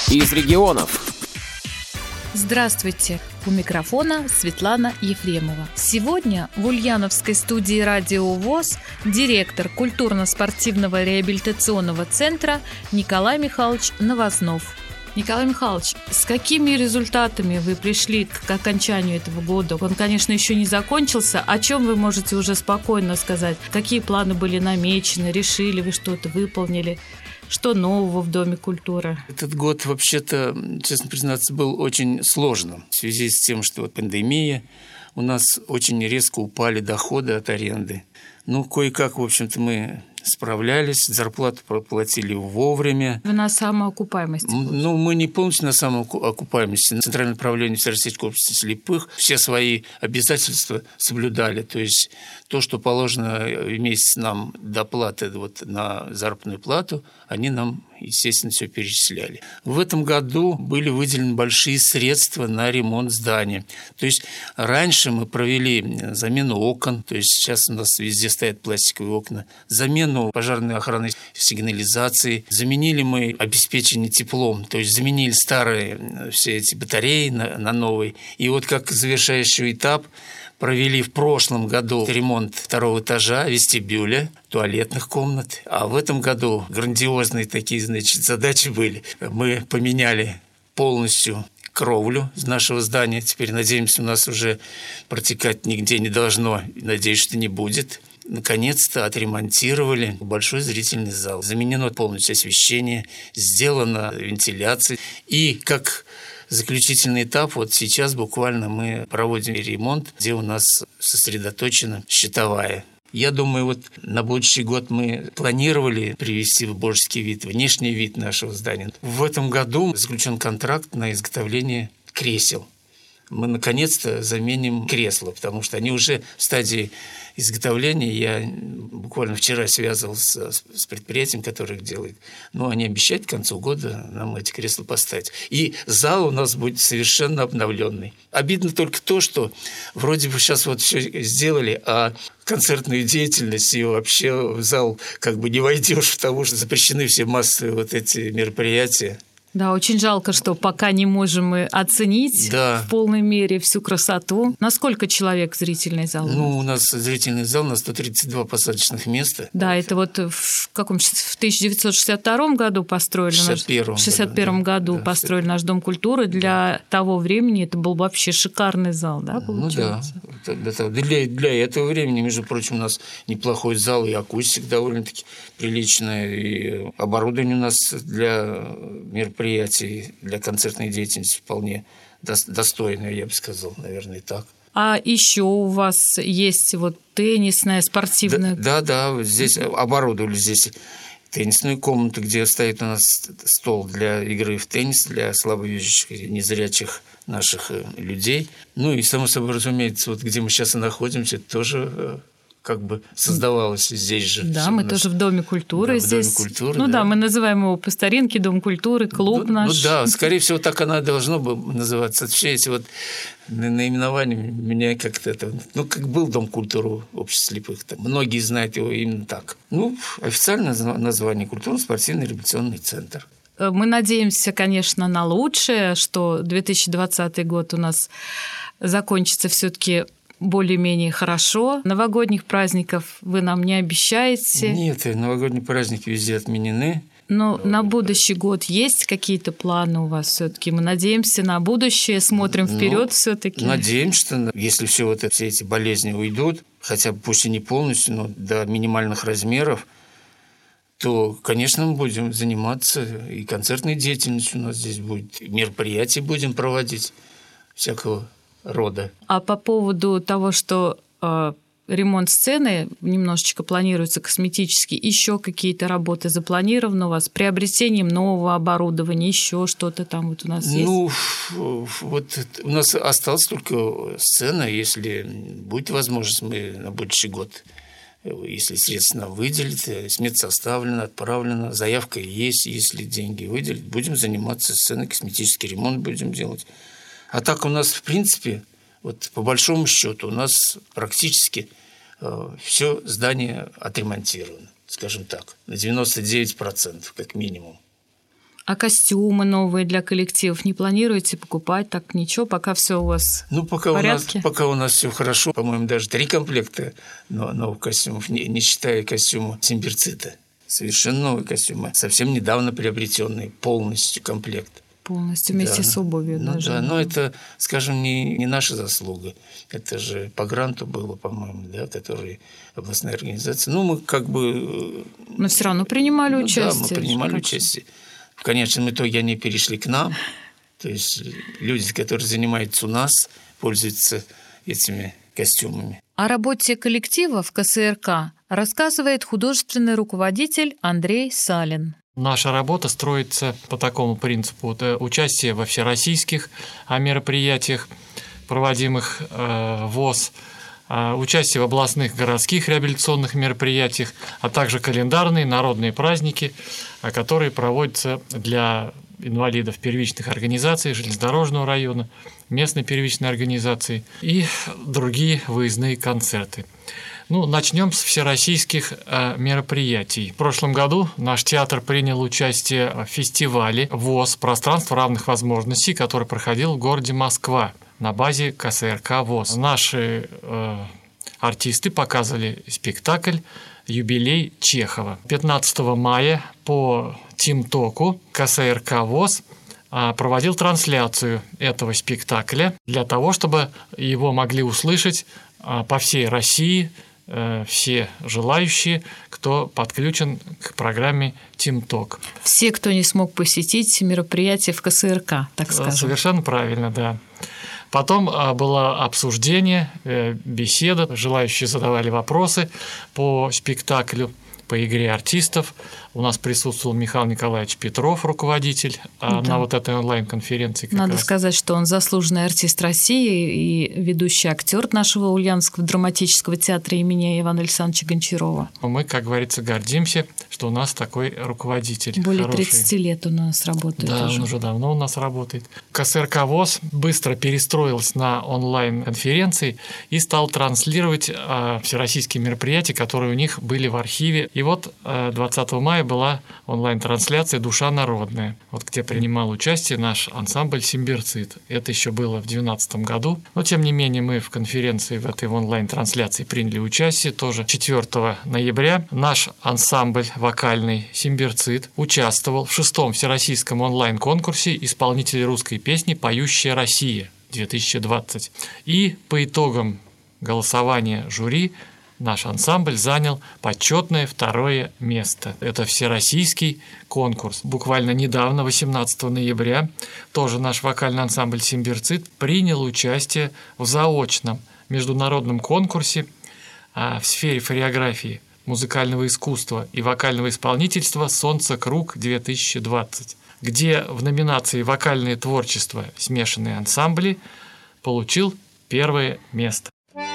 из регионов. Здравствуйте! У микрофона Светлана Ефремова. Сегодня в Ульяновской студии «Радио ВОС» директор культурно-спортивного реабилитационного центра Николай Михайлович Новознов. Николай Михайлович, с какими результатами вы пришли к окончанию этого года? Он, конечно, еще не закончился. О чем вы можете уже спокойно сказать? Какие планы были намечены? Решили вы что-то? Выполнили? Что нового в Доме культуры? Этот год, вообще-то, честно признаться, был очень сложным. В связи с тем, что пандемия, у нас очень резко упали доходы от аренды. Кое-как, в общем-то, мы справлялись, зарплату платили вовремя. Вы на самоокупаемости? Мы не полностью на самоокупаемости. Центральное управление Всероссийского общества слепых все свои обязательства соблюдали. То есть то, что положено в месяц нам доплаты на заработную плату, они нам, естественно, все перечисляли. В этом году были выделены большие средства на ремонт здания. То есть раньше мы провели замену окон, то есть сейчас у нас везде стоят пластиковые окна, замену пожарной охранной сигнализации, заменили мы обеспечение теплом, то есть заменили старые все эти батареи на новые. И вот как завершающий этап провели в прошлом году ремонт второго этажа, вестибюля, туалетных комнат. А в этом году грандиозные такие, задачи были. Мы поменяли полностью кровлю нашего здания. Теперь, надеемся, у нас уже протекать нигде не должно. Надеюсь, что не будет. Наконец-то отремонтировали большой зрительный зал. Заменено полностью освещение, сделана вентиляция. И как заключительный этап, сейчас буквально мы проводим ремонт, где у нас сосредоточена щитовая. Я думаю, на будущий год мы планировали привести в божеский вид, внешний вид нашего здания. В этом году заключен контракт на изготовление кресел. Мы наконец-то заменим кресла, потому что они уже в стадии изготовления. Я буквально вчера связывался с предприятием, которое их делает. Они обещают к концу года нам эти кресла поставить. И зал у нас будет совершенно обновленный. Обидно только то, что вроде бы сейчас все сделали, а концертную деятельность и вообще в зал не войдешь, потому что запрещены все массовые эти мероприятия. Да, очень жалко, что пока не можем мы оценить в полной мере всю красоту. На сколько человек зрительный зал? У нас зрительный зал на 132 посадочных места. Да, это в 1962 году построили. В 1961 году построили наш Дом культуры. Для того времени это был вообще шикарный зал, да, получается? Для этого времени, между прочим, у нас неплохой зал, и акустика довольно-таки приличная, и оборудование у нас для мероприятий, для концертной деятельности вполне достойное, я бы сказал, наверное, так. А еще у вас есть теннисная, спортивная? Да, здесь оборудовали теннисную комнату, где стоит у нас стол для игры в теннис для слабовидящих и незрячих наших людей. И, само собой, разумеется, где мы сейчас и находимся, это тоже создавалось здесь же. Да, мы тоже в Доме культуры здесь. В Доме культуры, мы называем его по старинке Дом культуры, клуб наш. Скорее всего, так оно должно бы называться. Все эти наименования меня как-то как был Дом культуры общества слепых. Многие знают его именно так. Официальное название — культурно-спортивный реабилитационный центр. Мы надеемся, конечно, на лучшее, что 2020 год у нас закончится все-таки более-менее хорошо. Новогодних праздников вы нам не обещаете? Нет, новогодние праздники везде отменены. Но на будущий год есть какие-то планы у вас все-таки? Мы надеемся на будущее, смотрим вперед все-таки. Надеемся, что если все эти болезни уйдут, хотя бы пусть и не полностью, но до минимальных размеров, то, конечно, мы будем заниматься и концертной деятельностью у нас здесь будет, и мероприятия будем проводить всякого рода. А по поводу того, что ремонт сцены немножечко планируется косметически, еще какие-то работы запланированы у вас, приобретением нового оборудования, еще что-то там у нас есть? У нас осталась только сцена, если будет возможность, мы на будущий год, если средства нам выделят, смета составлена, отправлена, заявка есть, если деньги выделят, будем заниматься сценой, косметический ремонт будем делать. А так у нас, в принципе, по большому счету, у нас практически все здание отремонтировано, скажем так, на 99% как минимум. А костюмы новые для коллективов не планируете покупать? Так ничего, пока все у вас пока в порядке? Пока у нас все хорошо. По-моему, даже 3 комплекта новых костюмов, не считая костюма Симбирцита. Совершенно новые костюмы, совсем недавно приобретенные, полностью комплект. Полностью вместе с обувью даже. Да, но это, скажем, не наша заслуга. Это же по гранту было, по-моему, да, который областная организация. Мы Но все равно принимали участие. Да, мы принимали участие. В конечном итоге они перешли к нам. То есть люди, которые занимаются у нас, пользуются этими костюмами. О работе коллектива в КСРК рассказывает художественный руководитель Андрей Салин. Наша работа строится по такому принципу. Это участие во всероссийских мероприятиях, проводимых ВОС, участие в областных городских реабилитационных мероприятиях, а также календарные народные праздники, которые проводятся для инвалидов первичных организаций железнодорожного района, местной первичной организации и другие выездные концерты. Начнем с всероссийских мероприятий. В прошлом году наш театр принял участие в фестивале ВОС «Пространство равных возможностей», который проходил в городе Москва на базе КСРК ВОС. Наши артисты показывали спектакль «Юбилей Чехова». 15 мая по ТимТоку КСРК ВОС проводил трансляцию этого спектакля для того, чтобы его могли услышать по всей России все желающие, кто подключен к программе ТимТок. Все, кто не смог посетить мероприятие в КСРК, так скажем. Совершенно правильно, да. Потом было обсуждение, беседа, желающие задавали вопросы по спектаклю, по игре артистов. У нас присутствовал Михаил Николаевич Петров, руководитель на вот этой онлайн-конференции. Надо сказать, что он заслуженный артист России и ведущий актер нашего Ульяновского драматического театра имени Ивана Александровича Гончарова. Мы, как говорится, гордимся, что у нас такой руководитель. Более хороший. 30 лет у нас работает. Да, уже. Он уже давно у нас работает. КСРК ВОС быстро перестроилась на онлайн-конференции и стал транслировать всероссийские мероприятия, которые у них были в архиве. И 20 мая была онлайн-трансляция «Душа народная», где принимал участие наш ансамбль «Симбирцит». Это еще было в 2012 году. Но, тем не менее, мы в конференции, в этой онлайн-трансляции приняли участие. Тоже 4 ноября наш ансамбль вокальный «Симбирцит» участвовал в 6-м всероссийском онлайн-конкурсе исполнителей русской песни «Поющая Россия-2020». И по итогам голосования жюри наш ансамбль занял почетное 2 место. Это всероссийский конкурс. Буквально недавно, 18 ноября, тоже наш вокальный ансамбль «Симбирцит» принял участие в заочном международном конкурсе в сфере хореографии, музыкального искусства и вокального исполнительства «Солнце-круг-2020», где в номинации «Вокальное творчество. Смешанные ансамбли» получил 1 место.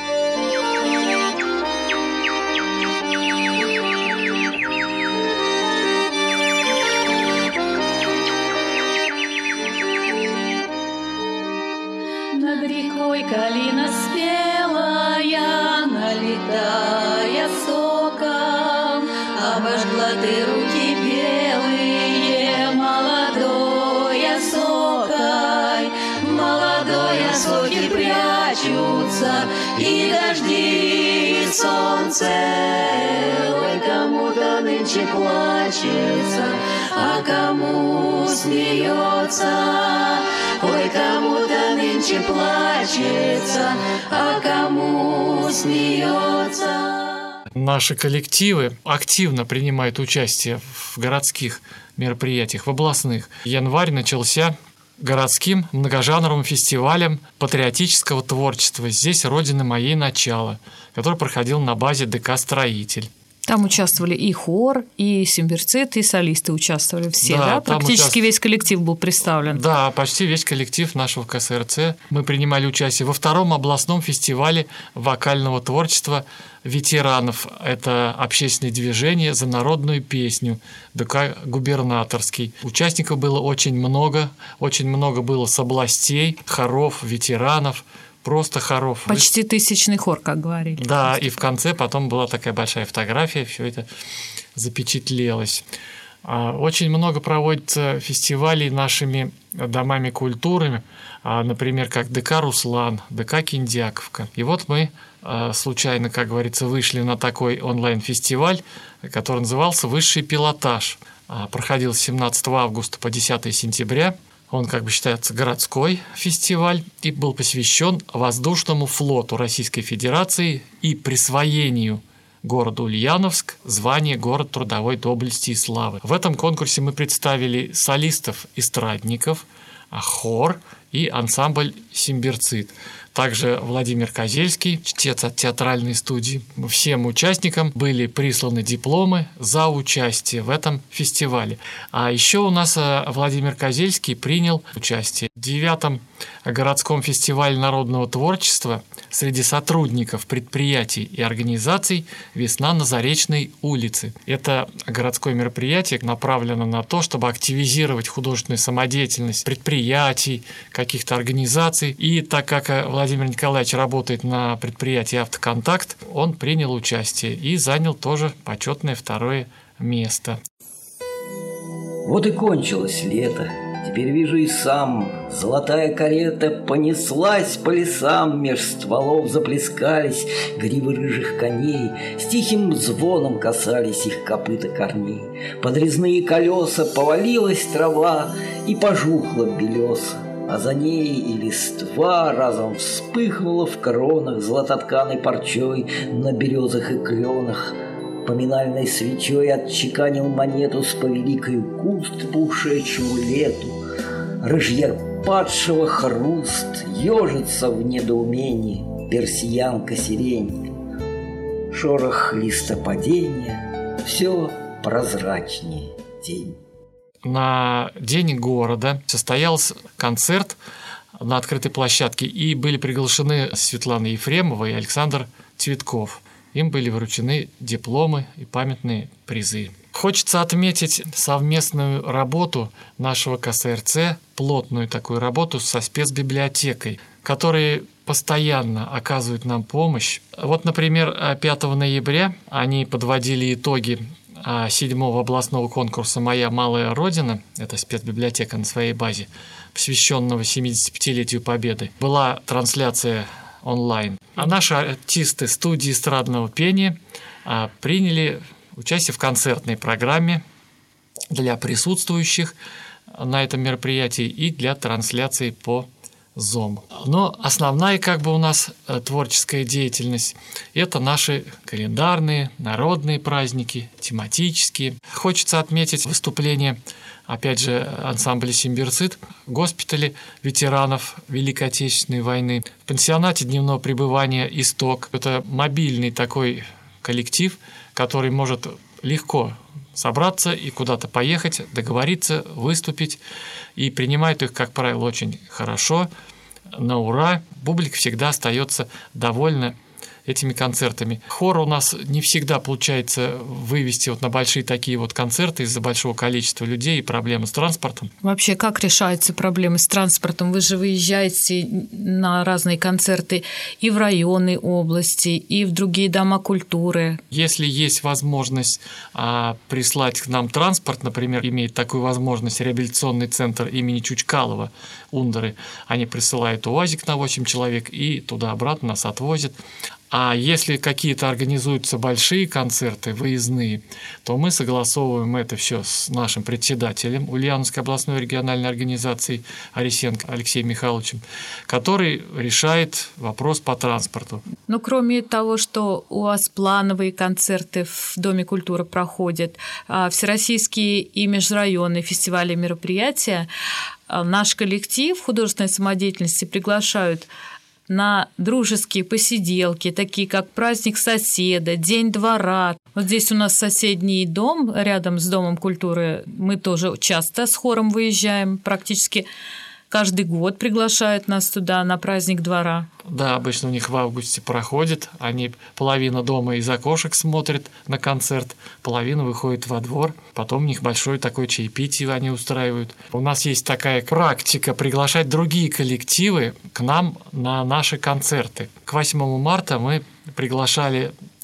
Над рекой калина спелая, налетая соком, обожгла ты руки белые, молодой осокой. Молодой осоки прячутся, и дожди, и солнце. Ой, кому-то нынче плачется, а кому смеется. Ой, кому-то нынче плачется, а кому смеется. Наши коллективы активно принимают участие в городских мероприятиях, в областных. Январь начался городским многожанровым фестивалем патриотического творчества «Здесь Родина моей начало», который проходил на базе ДК «Строитель». Там участвовали и хор, и Симбирцит, и солисты участвовали все, да? Практически весь коллектив был представлен. Да, почти весь коллектив нашего КСРЦ. Мы принимали участие во 2-м областном фестивале вокального творчества ветеранов. Это общественное движение за народную песню ДК «Губернаторский». Участников было очень много было с областей, хоров, ветеранов. Просто хоров. Почти 1000-ный хор, как говорили. Да, и в конце потом была такая большая фотография, все это запечатлелось. Очень много проводится фестивалей нашими домами культуры, например, как ДК «Руслан», ДК «Киндяковка». И вот мы случайно, как говорится, вышли на такой онлайн-фестиваль, который назывался «Высший пилотаж». Проходил с 17 августа по 10 сентября. Он, как бы считается, городской фестиваль и был посвящен воздушному флоту Российской Федерации и присвоению городу Ульяновск звание «Город трудовой доблести и славы». В этом конкурсе мы представили солистов-эстрадников, хор и ансамбль «Симбирцит». Также Владимир Козельский, чтец от театральной студии. Всем участникам были присланы дипломы за участие в этом фестивале. А еще у нас Владимир Козельский принял участие в 9-м городском фестивале народного творчества среди сотрудников предприятий и организаций «Весна на Заречной улице». Это городское мероприятие направлено на то, чтобы активизировать художественную самодеятельность предприятий, каких-то организаций. И так как Владимир Николаевич работает на предприятии «Автоконтакт», он принял участие и занял тоже почетное 2-е место. Вот и кончилось лето. Теперь вижу и сам, золотая карета понеслась по лесам, меж стволов заплескались гривы рыжих коней, с тихим звоном касались их копыта корней. Под резные колеса повалилась трава и пожухла белеса, а за ней и листва разом вспыхнула в кронах золототканой парчой на березах и кленах. Поминальной свечой отчеканил монету с повеликою куст по ушедшему лету. Рыжья падшего хруст ежится в недоумении персиянка сирень. Шорох листопадения, все прозрачнее тень. На День города состоялся концерт на открытой площадке, и были приглашены Светлана Ефремова и Александр Цветков. Им были вручены дипломы и памятные призы. Хочется отметить совместную работу нашего КСРЦ, плотную такую работу со спецбиблиотекой, которые постоянно оказывают нам помощь. Вот, например, 5 ноября они подводили итоги 7-го областного конкурса «Моя малая Родина», это спецбиблиотека на своей базе, посвященного 75-летию Победы. Была трансляция онлайн. А наши артисты студии эстрадного пения приняли участие в концертной программе для присутствующих на этом мероприятии и для трансляции по Zoom. Но основная у нас творческая деятельность – это наши календарные, народные праздники, тематические. Хочется отметить выступление, опять же, ансамбля «Симбирцит» в госпитале ветеранов Великой Отечественной войны, в пансионате дневного пребывания «Исток». Это мобильный такой коллектив, который может легко собраться и куда-то поехать, договориться, выступить. И принимают их, как правило, очень хорошо, на ура. Публика всегда остается довольна этими концертами. Хор у нас не всегда получается вывести на большие такие концерты из-за большого количества людей и проблемы с транспортом. Вообще, как решаются проблемы с транспортом? Вы же выезжаете на разные концерты и в районы области, и в другие дома культуры. Если есть возможность прислать к нам транспорт, например, имеет такую возможность реабилитационный центр имени Чучкалова, Ундеры, они присылают УАЗик на 8 человек и туда-обратно нас отвозят. А если какие-то организуются большие концерты, выездные, то мы согласовываем это все с нашим председателем Ульяновской областной региональной организации Арисенко Алексеем Михайловичем, который решает вопрос по транспорту. Ну, кроме того, что у вас плановые концерты в Доме культуры проходят, всероссийские и межрайонные фестивали и мероприятия, наш коллектив художественной самодеятельности приглашают на дружеские посиделки, такие как праздник соседа, День двора. Вот здесь у нас соседний дом, рядом с Домом культуры. Мы тоже часто с хором выезжаем, практически каждый год приглашают нас туда на праздник двора. Да, обычно у них в августе проходит. Они половина дома из окошек смотрят на концерт, половина выходит во двор. Потом у них большое такое чаепитие они устраивают. У нас есть такая практика приглашать другие коллективы к нам на наши концерты. К 8 марта мы приглашали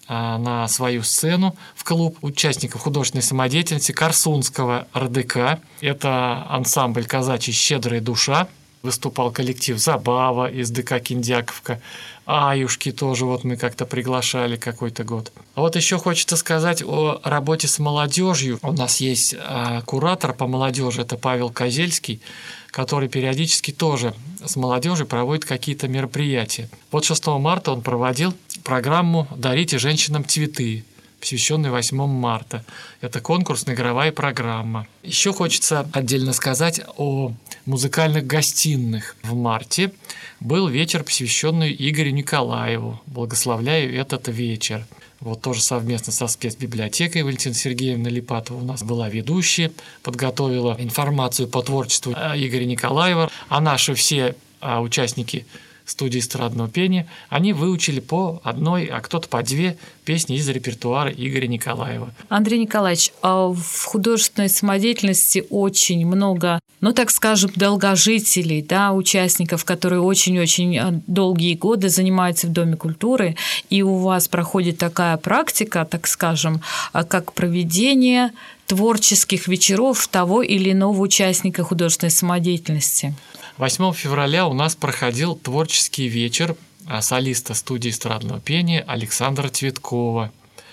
на свою сцену в клуб участников художественной самодеятельности Корсунского РДК. Это ансамбль «Казачья щедрая душа». Выступал коллектив «Забава» из ДК «Киндяковка». «Аюшки» тоже вот мы как-то приглашали какой-то год. А вот еще хочется сказать о работе с молодежью. У нас есть куратор по молодежи, это Павел Козельский, который периодически тоже с молодежью проводит какие-то мероприятия. Вот 6 марта он проводил программу «Дарите женщинам цветы», посвященный 8 марта. Это конкурсно-игровая программа. Еще хочется отдельно сказать о музыкальных гостиных. В марте был вечер, посвященный Игорю Николаеву. Благословляю этот вечер. Вот тоже совместно со спецбиблиотекой Валентина Сергеевна Липатова у нас была ведущая, подготовила информацию по творчеству Игоря Николаева. А наши все участники студии эстрадного пения, они выучили по одной, а кто-то по 2 песни из репертуара Игоря Николаева. Андрей Николаевич, в художественной самодеятельности очень много, так скажем, долгожителей, да, участников, которые очень-очень долгие годы занимаются в Доме культуры, и у вас проходит такая практика, так скажем, как проведение творческих вечеров того или иного участника художественной самодеятельности. 8 февраля у нас проходил творческий вечер солиста студии эстрадного пения Александра Цветкова.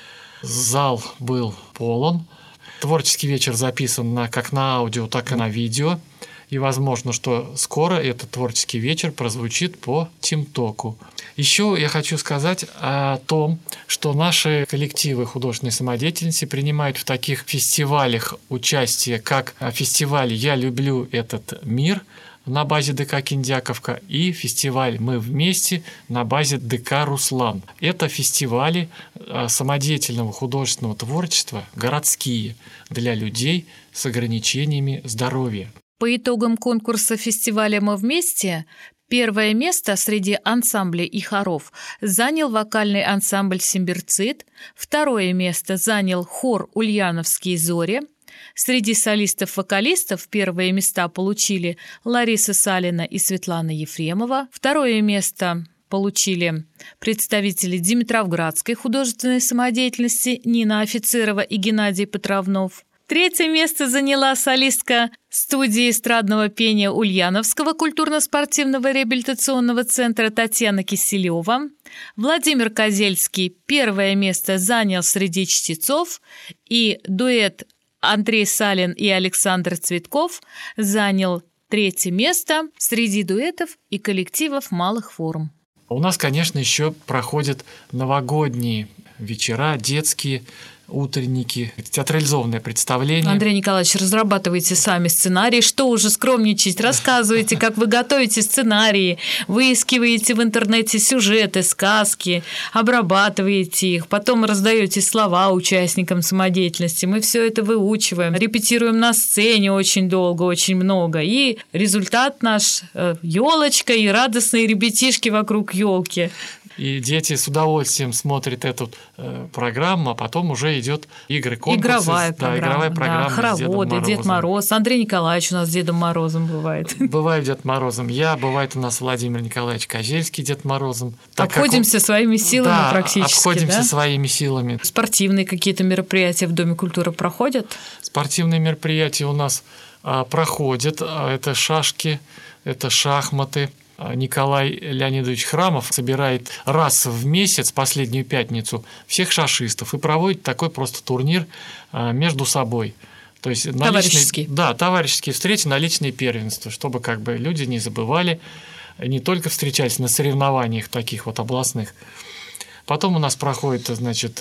Зал был полон. Творческий вечер записан как на аудио, так и на видео. И возможно, что скоро этот творческий вечер прозвучит по ТимТоку. Еще я хочу сказать о том, что наши коллективы художественной самодеятельности принимают в таких фестивалях участие, как фестиваль «Я люблю этот мир», на базе ДК «Киндяковка» и фестиваль «Мы вместе» на базе ДК «Руслан». Это фестивали самодеятельного художественного творчества городские для людей с ограничениями здоровья. По итогам конкурса фестиваля «Мы вместе» первое место среди ансамблей и хоров занял вокальный ансамбль «Симбирцит», второе место занял хор «Ульяновские зори». Среди солистов-вокалистов первые места получили Лариса Салина и Светлана Ефремова. Второе место получили представители Димитровградской художественной самодеятельности Нина Офицерова и Геннадий Петровнов. Третье место заняла солистка студии эстрадного пения Ульяновского культурно-спортивного реабилитационного центра Татьяна Киселева. Владимир Козельский первое место занял среди чтецов, и дуэт Андрей Салин и Александр Цветков занял 3-е место среди дуэтов и коллективов малых форм. У нас, конечно, еще проходят новогодние вечера, детские, утренники, театрализованное представление. Андрей Николаевич, разрабатывайте сами сценарий. Что уже скромничать? Рассказывайте, как вы готовите сценарии, выискиваете в интернете сюжеты, сказки, обрабатываете их, потом раздаете слова участникам самодеятельности. Мы все это выучиваем, репетируем на сцене очень долго, очень много. И результат наш – елочка и радостные ребятишки вокруг елки. И дети с удовольствием смотрят эту программу, а потом уже идет игры, конкурсы. Игровая программа, хороводы, Дед Мороз. Андрей Николаевич у нас с Дедом Морозом бывает. Бывает Дед Морозом я, бывает у нас Владимир Николаевич Козельский Дед Морозом. Обходимся своими силами практически, обходимся своими силами. Спортивные какие-то мероприятия в Доме культуры проходят? Спортивные мероприятия у нас проходят. Это шашки, это шахматы. Николай Леонидович Храмов собирает раз в месяц, последнюю пятницу, всех шашистов и проводит такой просто турнир между собой. То есть товарищеские. Товарищеские встречи на личные первенства, чтобы как бы люди не забывали, не только встречались на соревнованиях таких вот областных. Потом у нас проходит, значит,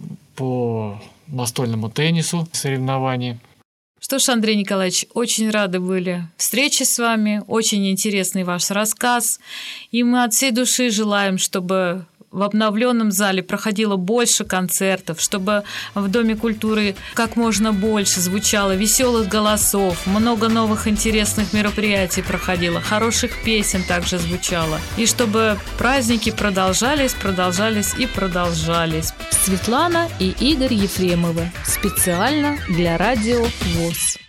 по настольному теннису соревнования. Что ж, Андрей Николаевич, очень рады были встрече с вами, очень интересный ваш рассказ, и мы от всей души желаем, чтобы в обновленном зале проходило больше концертов, чтобы в Доме культуры как можно больше звучало веселых голосов, много новых интересных мероприятий проходило, хороших песен также звучало, и чтобы праздники продолжались и продолжались. Светлана и Игорь Ефремовы. Специально для Радио ВОС.